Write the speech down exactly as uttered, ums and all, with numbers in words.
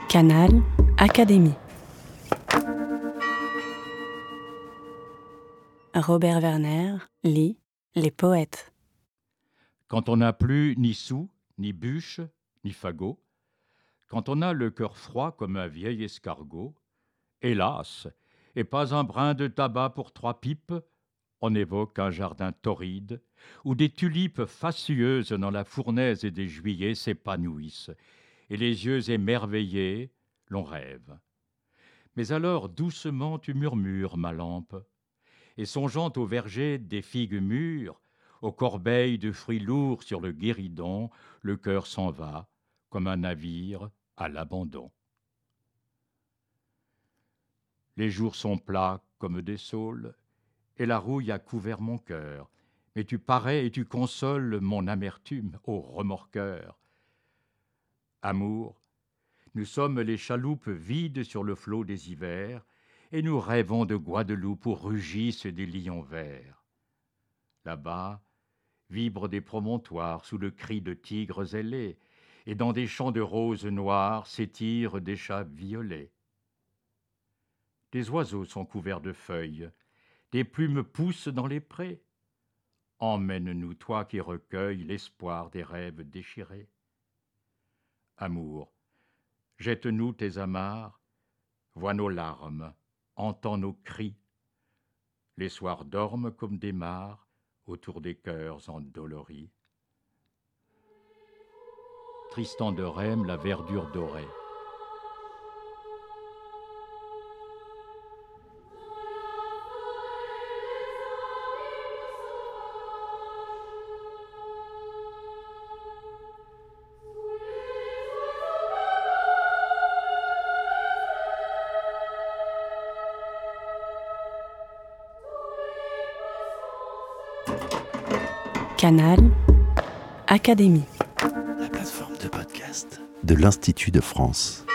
Canal Académie. Robert Werner lit Les poètes. Quand on n'a plus ni sou, ni bûche, ni fagot, quand on a le cœur froid comme un vieil escargot, hélas, et pas un brin de tabac pour trois pipes, on évoque un jardin torride, où des tulipes fastueuses dans la fournaise des juillets s'épanouissent, et les yeux émerveillés, l'on rêve. Mais alors doucement tu murmures, ma lampe, et songeant au verger des figues mûres, aux corbeilles de fruits lourds sur le guéridon, le cœur s'en va, comme un navire à l'abandon. Les jours sont plats comme des saules, et la rouille a couvert mon cœur, mais tu parais et tu consoles mon amertume, ô remorqueur. Amour, nous sommes les chaloupes vides sur le flot des hivers, et nous rêvons de Guadeloupe où rugissent des lions verts. Là-bas, vibrent des promontoires sous le cri de tigres ailés, et dans des champs de roses noires s'étirent des chats violets. Des oiseaux sont couverts de feuilles, des plumes poussent dans les prés. Emmène-nous, toi qui recueilles l'espoir des rêves déchirés. Amour, jette-nous tes amarres, vois nos larmes, entends nos cris. Les soirs dorment comme des mares autour des cœurs endoloris. Tristan de Rheims, la verdure dorée. Canal Académie. La plateforme de podcast de l'Institut de France.